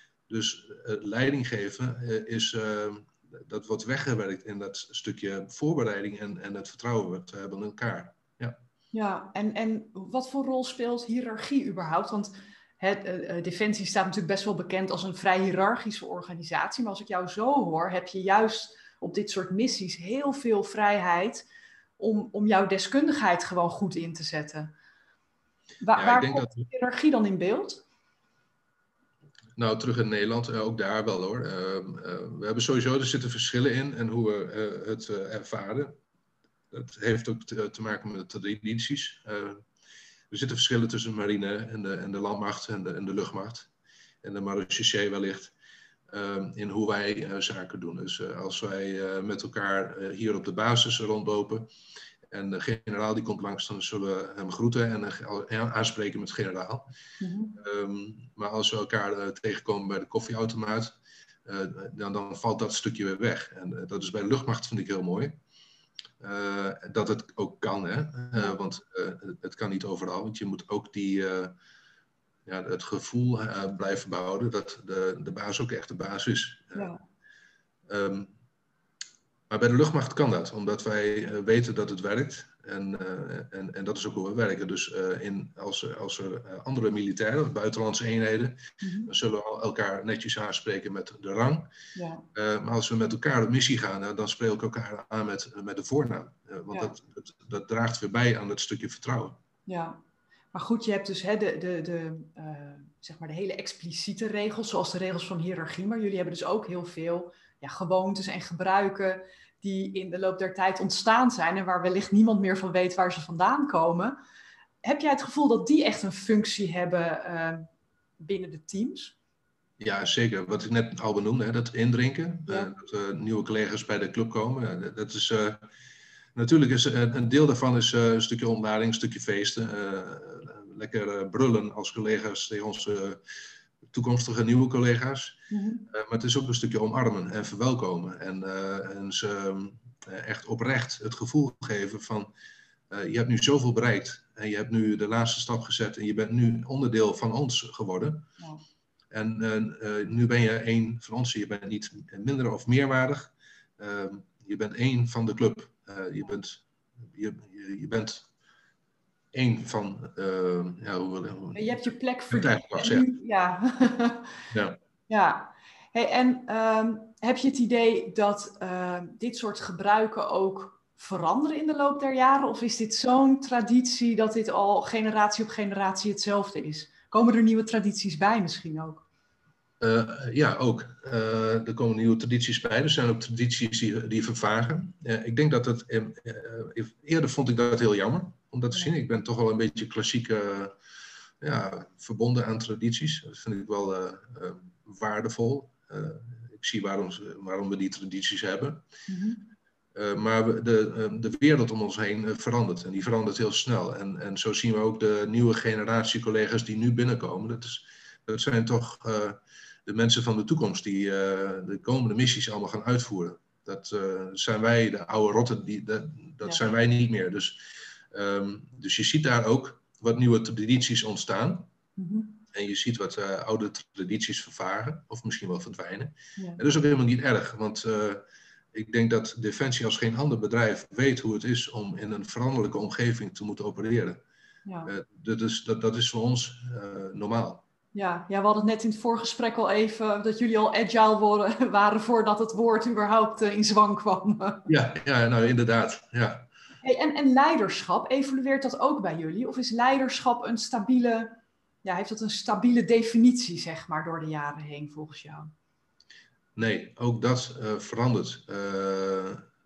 Dus uh, leiding geven uh, is... Uh, dat wordt weggewerkt in dat stukje voorbereiding en, en het vertrouwen wat we hebben in elkaar. Ja, ja en, en wat voor rol speelt hiërarchie überhaupt? Want het, uh, Defensie staat natuurlijk best wel bekend als een vrij hiërarchische organisatie. Maar als ik jou zo hoor, heb je juist op dit soort missies heel veel vrijheid om, om jouw deskundigheid gewoon goed in te zetten. Waar, Ja, ik waar denk komt dat... de hiërarchie dan in beeld? Nou, terug in Nederland, uh, ook daar wel hoor. Uh, uh, we hebben sowieso, er zitten verschillen in en hoe we uh, het uh, ervaren. Dat heeft ook te, te maken met de tradities. Uh, er zitten verschillen tussen de marine en de, en de landmacht en de, en de luchtmacht. En de marechaussee wellicht. Uh, in hoe wij uh, zaken doen. Dus uh, als wij uh, met elkaar uh, hier op de basis rondlopen en de generaal die komt langs, dan zullen we hem groeten en uh, aanspreken met generaal. Mm-hmm. Um, maar als we elkaar uh, tegenkomen bij de koffieautomaat, uh, dan, dan valt dat stukje weer weg. En uh, dat is bij de luchtmacht vind ik heel mooi. Uh, dat het ook kan, hè? Uh, want uh, het kan niet overal, want je moet ook die... Uh, Ja, het gevoel uh, blijven behouden dat de, de baas ook echt de baas is. Ja. Uh, um, maar bij de luchtmacht kan dat, omdat wij uh, weten dat het werkt. En, uh, en, en dat is ook hoe we werken. Dus uh, in, als, als er uh, andere militairen, buitenlandse eenheden, mm-hmm. dan zullen we elkaar netjes aanspreken met de rang. Ja. Uh, maar als we met elkaar op missie gaan, uh, dan spreken we elkaar aan met, met de voornaam. Uh, want ja. dat, dat, dat draagt weer bij aan het stukje vertrouwen. Ja. Maar goed, je hebt dus hè, de, de, de, uh, zeg maar de hele expliciete regels, zoals de regels van hiërarchie. Maar jullie hebben dus ook heel veel ja, gewoontes en gebruiken die in de loop der tijd ontstaan zijn en waar wellicht niemand meer van weet waar ze vandaan komen. Heb jij het gevoel dat die echt een functie hebben uh, binnen de teams? Ja, zeker. Wat ik net al benoemde, hè, dat indrinken. Ja. Uh, dat uh, nieuwe collega's bij de club komen. Uh, dat is... Uh, Natuurlijk is uh, een deel daarvan is, uh, een stukje ontlading, een stukje feesten. Uh, lekker uh, brullen als collega's tegen onze toekomstige nieuwe collega's. Mm-hmm. Uh, maar het is ook een stukje omarmen en verwelkomen. En, uh, en ze uh, echt oprecht het gevoel geven van... Uh, je hebt nu zoveel bereikt. En je hebt nu de laatste stap gezet. En je bent nu onderdeel van ons geworden. Ja. En uh, uh, nu ben je één van ons. Je bent niet minder of meerwaardig. Uh, je bent één van de club. Uh, je, bent, je, je, je bent één van... Uh, ja, hoe, hoe, je hebt je plek verdiend. Nu, ja. ja. ja. Hey, en um, heb je het idee dat uh, dit soort gebruiken ook veranderen in de loop der jaren? Of is dit zo'n traditie dat dit al generatie op generatie hetzelfde is? Komen er nieuwe tradities bij misschien ook? Uh, ja, ook. Uh, er komen nieuwe tradities bij. Er zijn ook tradities die, die vervagen. Uh, ik denk dat het... Uh, uh, eerder vond ik dat heel jammer om dat te zien. Ik ben toch wel een beetje klassiek uh, ja, verbonden aan tradities. Dat vind ik wel uh, uh, waardevol. Uh, ik zie waarom, waarom we die tradities hebben. Mm-hmm. Uh, maar we, de, uh, de wereld om ons heen uh, verandert. En die verandert heel snel. En, en zo zien we ook de nieuwe generatie collega's die nu binnenkomen. Dat, is, dat zijn toch... Uh, de mensen van de toekomst die uh, de komende missies allemaal gaan uitvoeren. Dat uh, zijn wij, de oude rotten, die, dat, dat ja. zijn wij niet meer. Dus, um, dus je ziet daar ook wat nieuwe tradities ontstaan. Mm-hmm. En je ziet wat uh, oude tradities vervagen, of misschien wel verdwijnen. Ja. En dat is ook helemaal niet erg, want uh, ik denk dat Defensie als geen ander bedrijf weet hoe het is om in een veranderlijke omgeving te moeten opereren. Ja. Uh, dat, is, dat, dat is voor ons uh, normaal. Ja, ja, we hadden het net in het voorgesprek al even dat jullie al agile worden, waren voordat het woord überhaupt uh, in zwang kwam. Ja, ja, nou inderdaad. Ja. Hey, en, en leiderschap, evolueert dat ook bij jullie? Of is leiderschap een stabiele, ja, heeft dat een stabiele definitie, zeg maar, door de jaren heen volgens jou? Nee, ook dat uh, verandert. Uh,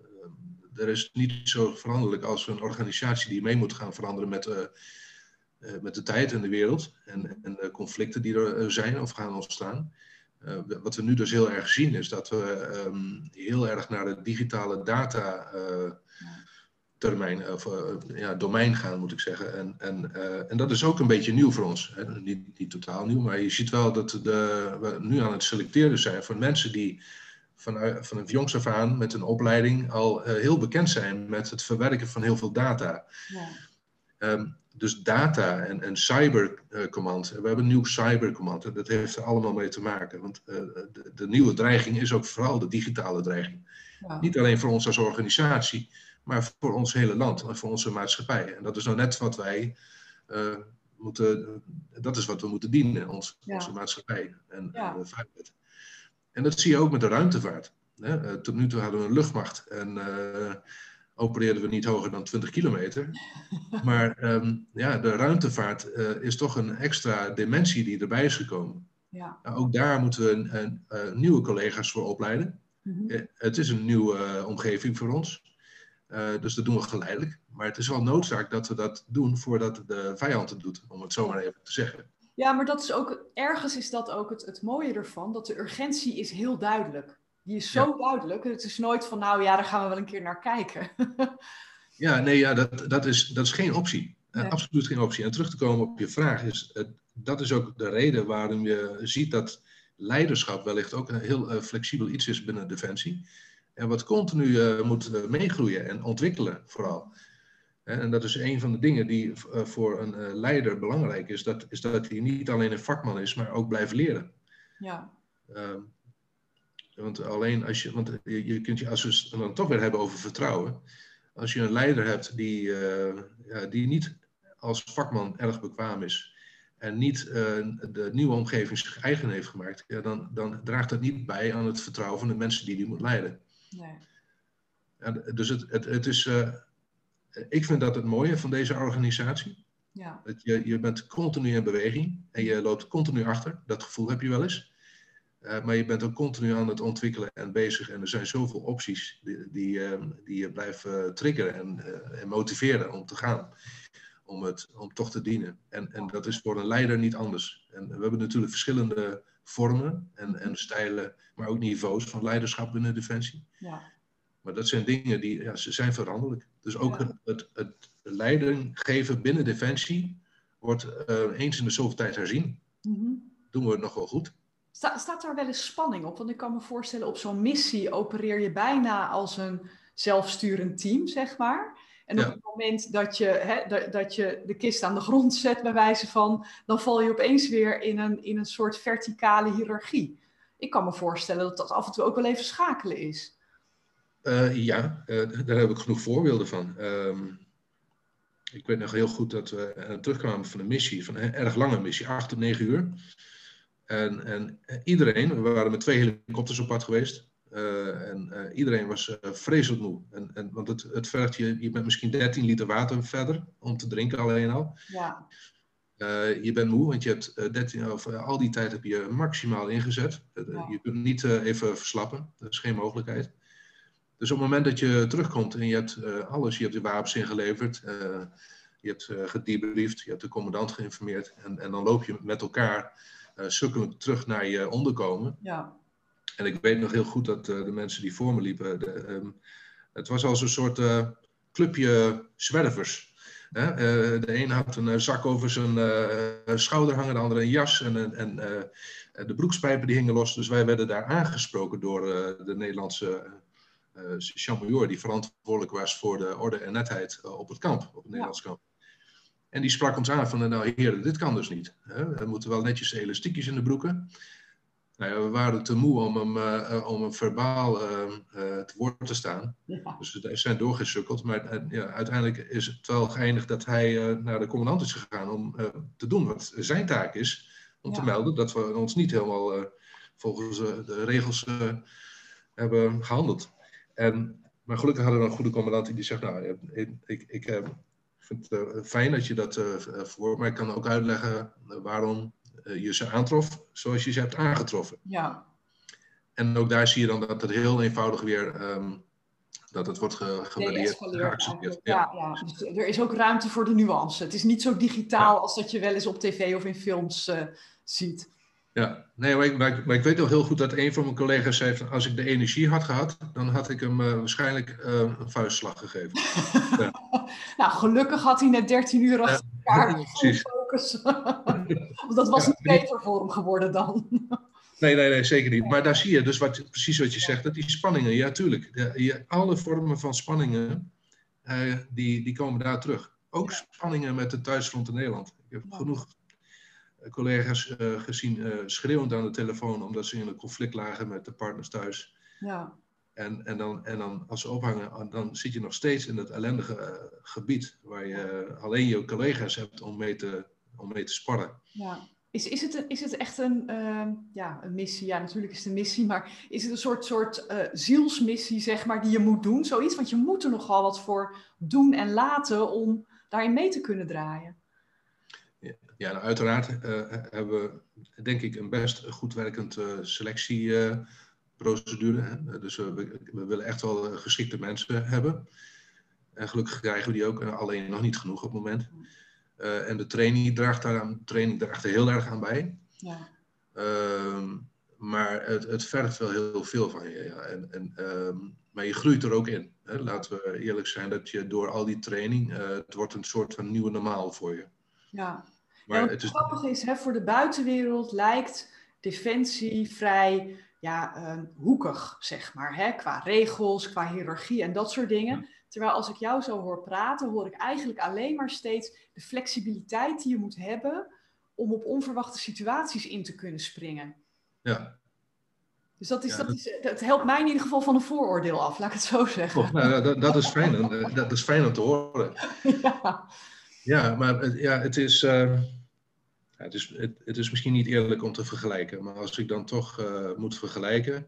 er is niet zo veranderlijk als een organisatie die mee moet gaan veranderen met... Uh, Uh, met de tijd en de wereld en, en de conflicten die er zijn of gaan ontstaan. Uh, wat we nu dus heel erg zien is dat we um, heel erg naar de digitale data uh, termijn, of uh, ja, domein gaan, moet ik zeggen. En, en, uh, en dat is ook een beetje nieuw voor ons. Hè? Niet, niet totaal nieuw, maar je ziet wel dat de, we nu aan het selecteren zijn van mensen die van, van het jongs af aan met een opleiding al uh, heel bekend zijn met het verwerken van heel veel data. Ja. Um, Dus data en, en cybercommand. Uh, we hebben een nieuw cybercommand. En dat heeft er allemaal mee te maken. Want uh, de, de nieuwe dreiging is ook vooral de digitale dreiging. Ja. Niet alleen voor ons als organisatie, maar voor ons hele land en voor onze maatschappij. En dat is nou net wat wij uh, moeten... Dat is wat we moeten dienen, ons, ja. onze maatschappij en, ja. en de veiligheid. En dat zie je ook met de ruimtevaart. Hè? Uh, tot nu toe hadden we een luchtmacht. En... Uh, opereerden we niet hoger dan twintig kilometer. Maar um, ja, de ruimtevaart uh, is toch een extra dimensie die erbij is gekomen. Ja. Uh, ook daar moeten we een, een, uh, nieuwe collega's voor opleiden. Mm-hmm. Uh, het is een nieuwe uh, omgeving voor ons. Uh, dus dat doen we geleidelijk. Maar het is wel noodzaak dat we dat doen voordat de vijand het doet, om het zo maar even te zeggen. Ja, maar dat is ook, ergens is dat ook het, het mooie ervan, dat de urgentie is heel duidelijk. Die is zo ja. duidelijk. Het is nooit van, nou ja, daar gaan we wel een keer naar kijken. ja, nee, ja, dat, dat, is, dat is geen optie. Nee. Uh, absoluut geen optie. En terug te komen op je vraag, is, uh, dat is ook de reden waarom je ziet dat leiderschap wellicht ook een heel uh, flexibel iets is binnen Defensie. En wat continu uh, moet uh, meegroeien en ontwikkelen vooral. En dat is een van de dingen die uh, voor een uh, leider belangrijk is. Dat, is dat hij niet alleen een vakman is, maar ook blijft leren. Ja. Uh, want alleen als je, want je, je kunt je, als we het dan toch weer hebben over vertrouwen. Als je een leider hebt die, uh, ja, die niet als vakman erg bekwaam is. En niet uh, de nieuwe omgeving zich eigen heeft gemaakt. Ja, dan, dan draagt dat niet bij aan het vertrouwen van de mensen die die moet leiden. Nee. Ja, dus het, het, het is... Uh, Ik vind dat het mooie van deze organisatie. Ja. Dat je, je bent continu in beweging en je loopt continu achter. Dat gevoel heb je wel eens. Uh, maar je bent ook continu aan het ontwikkelen en bezig. En er zijn zoveel opties die, die, uh, die je blijven uh, triggeren en, uh, en motiveren om te gaan. Om, het, om toch te dienen. En, en dat is voor een leider niet anders. En we hebben natuurlijk verschillende vormen en, en stijlen, maar ook niveaus van leiderschap binnen Defensie. Ja. Maar dat zijn dingen die, ja, ze zijn veranderlijk. Dus ook Ja. het, het, het leiding geven binnen Defensie wordt uh, eens in de zoveel tijd herzien. Mm-hmm. Doen we het nog wel goed. Sta, staat daar wel eens spanning op? Want ik kan me voorstellen, op zo'n missie opereer je bijna als een zelfsturend team, zeg maar. En op ja. het moment dat je, hè, dat, dat je de kist aan de grond zet, bij wijze van, dan val je opeens weer in een, in een soort verticale hiërarchie. Ik kan me voorstellen dat dat af en toe ook wel even schakelen is. Uh, ja, uh, daar heb ik genoeg voorbeelden van. Um, ik weet nog heel goed dat we uh, terugkwamen van een missie, van een erg lange missie, acht tot negen uur. En, en iedereen, we waren met twee helikopters op pad geweest. Uh, en uh, iedereen was uh, vreselijk moe. En, en, want het, het vergt je, je bent misschien dertien liter water verder om te drinken alleen al. Ja. Uh, je bent moe, want je hebt uh, dertien, of, uh, al die tijd heb je maximaal ingezet. Uh, ja. Je kunt niet uh, even verslappen, dat is geen mogelijkheid. Dus op het moment dat je terugkomt en je hebt uh, alles, je hebt de wapens ingeleverd, uh, je hebt uh, gedebriefd, je hebt de commandant geïnformeerd en, en dan loop je met elkaar uh, sukkelend terug naar je onderkomen. Ja. En ik weet nog heel goed dat uh, de mensen die voor me liepen, de, um, het was als een soort uh, clubje zwervers. Hè? Uh, de een had een uh, zak over zijn uh, schouder hangen, de andere een jas en, en uh, de broekspijpen die hingen los. Dus wij werden daar aangesproken door uh, de Nederlandse uh, sergeant-majoor die verantwoordelijk was voor de orde en netheid uh, op het kamp, op het Nederlands kamp. En die sprak ons aan van, nou heren, dit kan dus niet. Hè? We moeten wel netjes elastiekjes in de broeken. Nou ja, we waren te moe om hem, uh, om hem verbaal uh, uh, te woord te staan. Ja. Dus we zijn doorgesukkeld. Maar uh, ja, uiteindelijk is het wel geëindigd dat hij uh, naar de commandant is gegaan om uh, te doen wat zijn taak is. Om ja. te melden dat we ons niet helemaal uh, volgens uh, de regels uh, hebben gehandeld. En, maar gelukkig hadden we een goede commandant die zegt, nou, ik, ik, ik uh, vind het uh, fijn dat je dat uh, voor, maar ik kan ook uitleggen uh, waarom je ze aantrof zoals je ze hebt aangetroffen. Ja. En ook daar zie je dan dat het heel eenvoudig weer, um, dat het wordt ge gewaardeerd, geaccepteerd. Ja. Ja, ja. Dus er is ook ruimte voor de nuance. Het is niet zo digitaal ja. als dat je wel eens op tv of in films uh, ziet. Ja, nee, maar ik, maar, ik, maar ik weet nog heel goed dat een van mijn collega's zei van, als ik de energie had gehad, dan had ik hem uh, waarschijnlijk uh, een vuistslag gegeven. Ja. Nou, gelukkig had hij net dertien uur achter elkaar. Ja, precies. Focus. Want dat was ja, niet beter voor hem geworden dan. Nee, nee, nee, zeker niet. Maar daar zie je dus wat, precies wat je zegt, dat die spanningen, ja, tuurlijk. Ja, je, alle vormen van spanningen, uh, die, die komen daar terug. Ook ja. spanningen met de thuisfront in Nederland. Ik heb ja. genoeg collega's uh, gezien uh, schreeuwend aan de telefoon, omdat ze in een conflict lagen met de partners thuis. Ja. En, en, dan, en dan als ze ophangen, dan zit je nog steeds in het ellendige uh, gebied, waar je uh, alleen je collega's hebt om mee te, om mee te sparren. Ja. Is, is, het, een, is het echt een, uh, ja, een missie? Ja, natuurlijk is het een missie, maar is het een soort, soort uh, zielsmissie, zeg maar, die je moet doen? Zoiets, want je moet er nogal wat voor doen en laten om daarin mee te kunnen draaien. Ja, nou, uiteraard uh, hebben we, denk ik, een best goed werkend uh, selectieprocedure. Uh, dus uh, we, we willen echt wel uh, geschikte mensen hebben. En gelukkig krijgen we die ook, uh, alleen nog niet genoeg op het moment. Uh, en de training draagt, daar aan, de training draagt er heel erg aan bij. Ja. Uh, maar het, het vergt wel heel veel van je. Ja. En, en, uh, maar je groeit er ook in. Hè. Laten we eerlijk zijn dat je door al die training, uh, het wordt een soort van nieuwe normaal voor je. Ja. Maar ja, wat het is... grappig is, hè, voor de buitenwereld lijkt Defensie vrij ja, uh, hoekig, zeg maar. Hè, qua regels, qua hiërarchie en dat soort dingen. Ja. Terwijl als ik jou zo hoor praten, hoor ik eigenlijk alleen maar steeds de flexibiliteit die je moet hebben om op onverwachte situaties in te kunnen springen. Ja. Dus dat, is, ja, dat, dat... Is, dat helpt mij in ieder geval van een vooroordeel af, laat ik het zo zeggen. Oh, nou, dat, dat, is fijn, dat is fijn om te horen. Ja, ja maar ja, het is... Uh... Ja, het, is, het, het is misschien niet eerlijk om te vergelijken, maar als ik dan toch uh, moet vergelijken,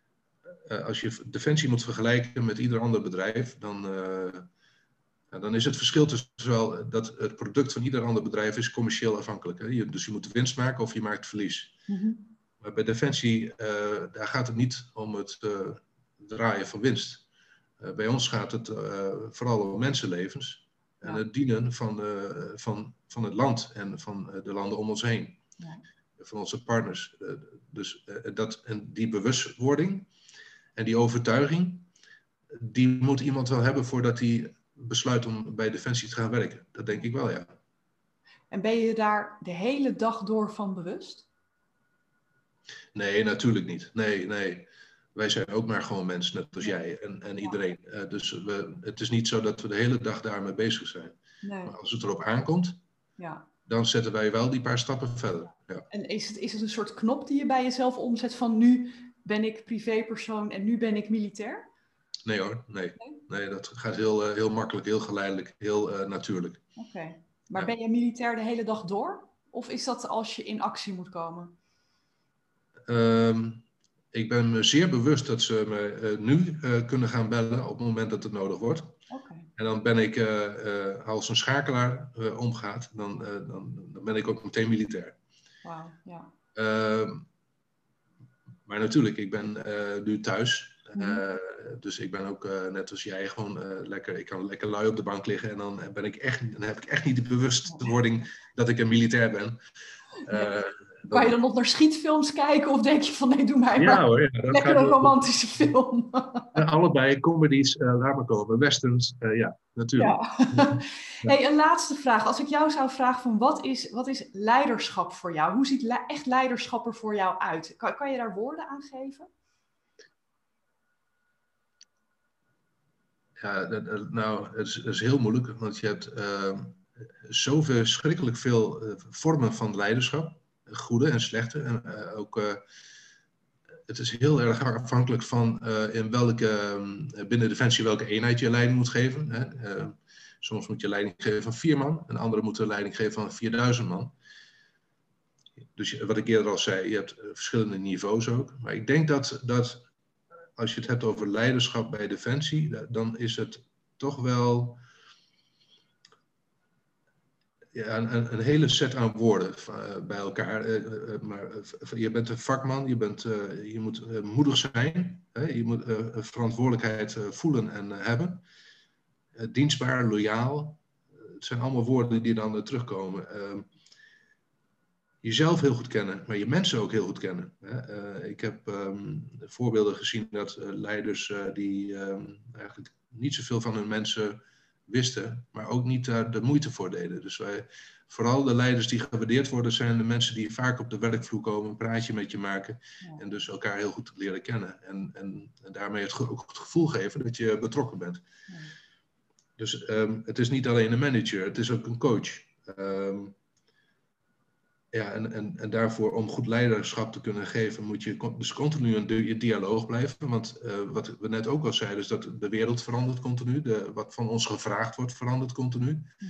uh, als je Defensie moet vergelijken met ieder ander bedrijf, dan, uh, ja, dan is het verschil tussen wel dat het product van ieder ander bedrijf is commercieel afhankelijk. Hè? Je, dus je moet winst maken of je maakt verlies. Mm-hmm. Maar bij Defensie, uh, daar gaat het niet om het uh, draaien van winst. Uh, bij ons gaat het uh, vooral om mensenlevens. En het dienen van, uh, van, van het land en van uh, de landen om ons heen. Ja. Van onze partners. Uh, dus uh, dat, en die bewustwording en die overtuiging, die moet iemand wel hebben voordat hij besluit om bij Defensie te gaan werken. Dat denk ik wel, ja. En ben je daar de hele dag door van bewust? Nee, natuurlijk niet. Nee, nee. Wij zijn ook maar gewoon mensen, net als jij en, en iedereen. Uh, dus we, het is niet zo dat we de hele dag daarmee bezig zijn. Nee. Maar als het erop aankomt, ja. dan zetten wij wel die paar stappen verder. Ja. En is het, is het een soort knop die je bij jezelf omzet van nu ben ik privépersoon en nu ben ik militair? Nee hoor, nee. Nee, nee dat gaat heel, uh, heel makkelijk, heel geleidelijk, heel uh, natuurlijk. Oké. Okay. Maar ja. ben je militair de hele dag door? Of is dat als je in actie moet komen? Um, Ik ben me zeer bewust dat ze me uh, nu uh, kunnen gaan bellen op het moment dat het nodig wordt. Okay. En dan ben ik, uh, uh, als een schakelaar uh, omgaat, dan, uh, dan, dan ben ik ook meteen militair. Wauw, ja. Uh, maar natuurlijk, ik ben uh, nu thuis. Uh, mm. Dus ik ben ook uh, net als jij gewoon uh, lekker, ik kan lekker lui op de bank liggen. En dan, ben ik echt, dan heb ik echt niet de bewustwording dat ik een militair ben. Uh, ja. Kan je dan nog naar schietfilms kijken of denk je van nee, doe mij ja, maar hoor, ja, lekker een romantische film? Ja, allebei, comedies, uh, laat maar komen, westerns, uh, ja, natuurlijk. Ja. Ja. Hey, een laatste vraag. Als ik jou zou vragen van wat is, wat is leiderschap voor jou? Hoe ziet le- echt leiderschap er voor jou uit? Kan, kan je daar woorden aan geven? Ja, dat, nou, het is, het is heel moeilijk, want je hebt uh, zo verschrikkelijk veel uh, vormen van leiderschap. Goede en slechte. En uh, ook, uh, het is heel erg afhankelijk van uh, in welke, uh, binnen Defensie welke eenheid je leiding moet geven. Hè. Uh, soms moet je leiding geven van vier man, en anderen moeten leiding geven van vierduizend man. Dus wat ik eerder al zei, je hebt uh, verschillende niveaus ook. Maar ik denk dat, dat als je het hebt over leiderschap bij Defensie, dan is het toch wel ja, een, een hele set aan woorden uh, bij elkaar. Uh, uh, maar uh, je bent een vakman, je, bent, uh, je moet uh, moedig zijn, hè? Je moet uh, verantwoordelijkheid uh, voelen en uh, hebben. Uh, dienstbaar, loyaal. Uh, het zijn allemaal woorden die dan uh, terugkomen. Uh, jezelf heel goed kennen, maar je mensen ook heel goed kennen. Hè? Uh, ik heb um, voorbeelden gezien dat uh, leiders uh, die um, eigenlijk niet zoveel van hun mensen wisten, maar ook niet daar de moeite voor deden. Dus wij, vooral de leiders die gewaardeerd worden, zijn de mensen die vaak op de werkvloer komen, een praatje met je maken ja. en dus elkaar heel goed leren kennen. En, en, en daarmee het, ook het gevoel geven dat je betrokken bent. Ja. Dus um, het is niet alleen een manager, het is ook een coach. Um, ja, en, en, en daarvoor, om goed leiderschap te kunnen geven, moet je dus continu in de dialoog blijven. Want uh, wat we net ook al zeiden, is dat de wereld verandert continu. De, wat van ons gevraagd wordt, verandert continu. Mm-hmm.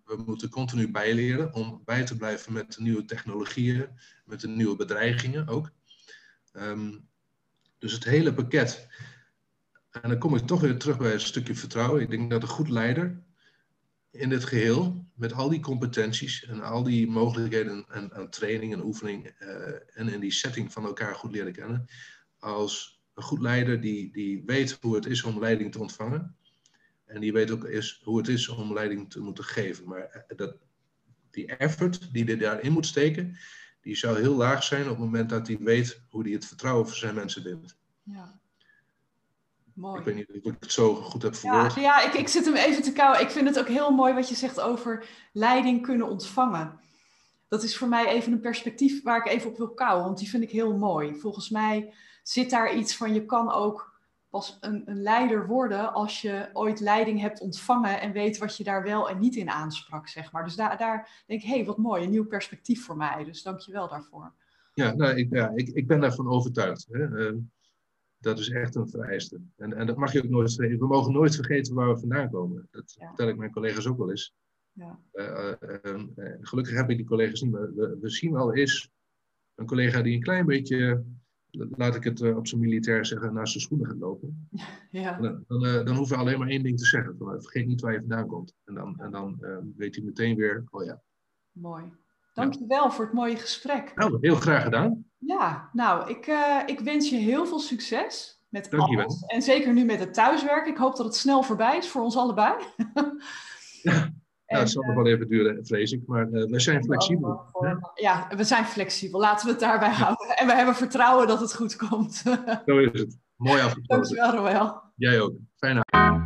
we moeten continu bijleren om bij te blijven met de nieuwe technologieën, met de nieuwe bedreigingen ook. Um, dus het hele pakket. En dan kom ik toch weer terug bij het stukje vertrouwen. Ik denk dat een goed leider in dit geheel, met al die competenties en al die mogelijkheden en, en training en oefening uh, en in die setting van elkaar goed leren kennen, als een goed leider die, die weet hoe het is om leiding te ontvangen en die weet ook is, hoe het is om leiding te moeten geven. Maar dat, die effort die hij daarin moet steken, die zou heel laag zijn op het moment dat hij weet hoe hij het vertrouwen voor zijn mensen wint. Ja. Mooi. Ik weet niet of ik het zo goed heb verwoord. Ja, ja ik, ik zit hem even te kauwen. Ik vind het ook heel mooi wat je zegt over leiding kunnen ontvangen. Dat is voor mij even een perspectief waar ik even op wil kauwen, want die vind ik heel mooi. Volgens mij zit daar iets van, je kan ook pas een, een leider worden als je ooit leiding hebt ontvangen en weet wat je daar wel en niet in aansprak, zeg maar. Dus daar, daar denk ik, hé, hey, wat mooi, een nieuw perspectief voor mij. Dus dank je wel daarvoor. Ja, nou, ik, ja ik, ik ben daarvan overtuigd. Hè. Uh, dat is echt een vereiste. En, en dat mag je ook nooit vergeten. We mogen nooit vergeten waar we vandaan komen. Dat ja. vertel ik mijn collega's ook wel eens. Ja. Uh, uh, uh, gelukkig heb ik die collega's niet, maar we, we zien al eens een collega die een klein beetje, laat ik het uh, op zijn militair zeggen, naar zijn schoenen gaat lopen. Ja. Dan, dan, uh, dan hoeven we alleen maar één ding te zeggen. Van, vergeet niet waar je vandaan komt. En dan, en dan uh, weet hij meteen weer, oh ja. Mooi. Dank je wel voor het mooie gesprek. Nou, heel graag gedaan. Ja, nou, ik, uh, ik wens je heel veel succes met Dankjewel. alles. En zeker nu met het thuiswerken. Ik hoop dat het snel voorbij is voor ons allebei. Ja. Nou, het zal nog wel even duren, vrees ik, maar uh, we zijn flexibel. Voor, ja, we zijn flexibel. Laten we het daarbij houden. En we hebben vertrouwen dat het goed komt. Zo is het. Mooi afgesproken. Dankjewel, Roel. Jij ook. Fijne avond.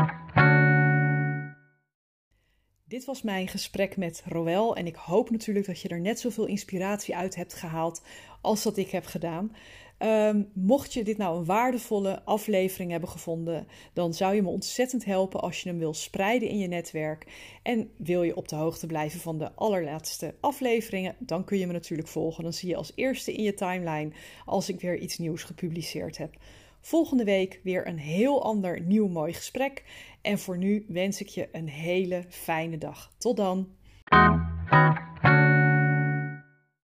Dit was mijn gesprek met Roel en ik hoop natuurlijk dat je er net zoveel inspiratie uit hebt gehaald als dat ik heb gedaan. Um, mocht je dit nou een waardevolle aflevering hebben gevonden, dan zou je me ontzettend helpen als je hem wil spreiden in je netwerk. En wil je op de hoogte blijven van de allerlaatste afleveringen, dan kun je me natuurlijk volgen. Dan zie je als eerste in je timeline als ik weer iets nieuws gepubliceerd heb. Volgende week weer een heel ander nieuw mooi gesprek. En voor nu wens ik je een hele fijne dag. Tot dan!